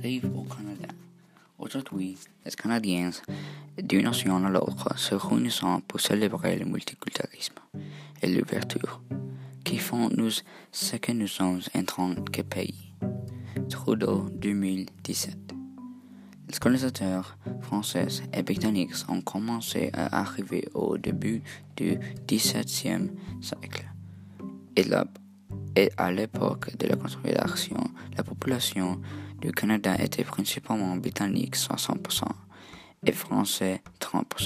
arrive au Canada. Aujourd'hui, les Canadiens, d'une nation à l'autre, se réunissent pour célébrer le multiculturalisme et l'ouverture, qui font nous ce que nous sommes en tant que pays. Trudeau 2017. Les colonisateurs français et britanniques ont commencé à arriver au début du XVIIe siècle. Et à l'époque de la Confédération, la population du Canada était principalement britannique 60% et français 30%.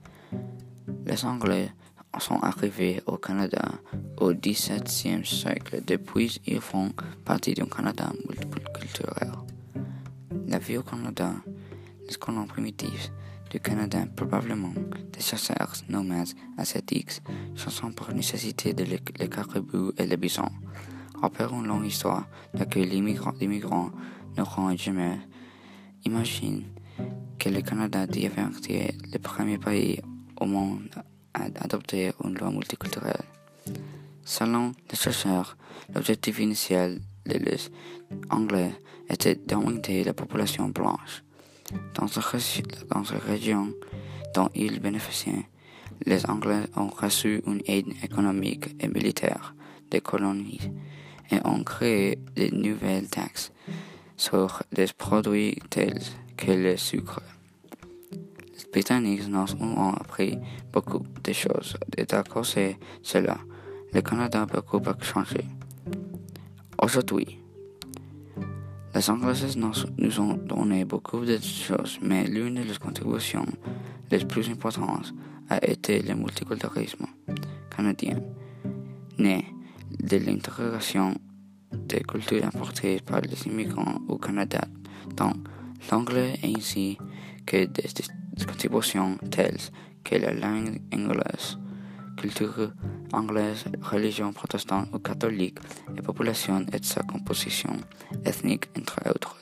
Les Anglais sont arrivés au Canada au XVIIe siècle. Depuis, ils font partie d'un Canada multiculturel. La vie au Canada, les colons primitifs du Canada, probablement des chasseurs nomades asiatiques, chassant par nécessité les caribous et les bisons. Après une longue histoire d'accueil, les migrants n'auront jamais imaginé que le Canada deviendrait le premier pays au monde à adopter une loi multiculturelle. Selon les chercheurs, l'objectif initial des Anglais était d'augmenter la population blanche. Dans ces régions dont ils bénéficiaient, les Anglais ont reçu une aide économique et militaire des colonies et ont créé de nouvelles taxes sur des produits tels que le sucre. Les Britanniques nous ont appris beaucoup de choses et à cause de cela, le Canada a beaucoup changé. Aujourd'hui, les Anglais nous ont donné beaucoup de choses, mais l'une des contributions les plus importantes a été le multiculturalisme canadien, né de l'intégration des cultures importées par les immigrants au Canada, dont l'anglais ainsi que des contributions telles que la langue anglaise, culture anglaise, religion protestante ou catholique et population et sa composition ethnique entre autres.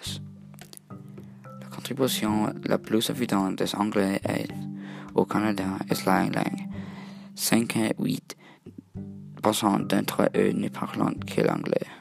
La contribution la plus évidente des Anglais au Canada est la langue. 58% d'entre eux ne parlent que l'anglais.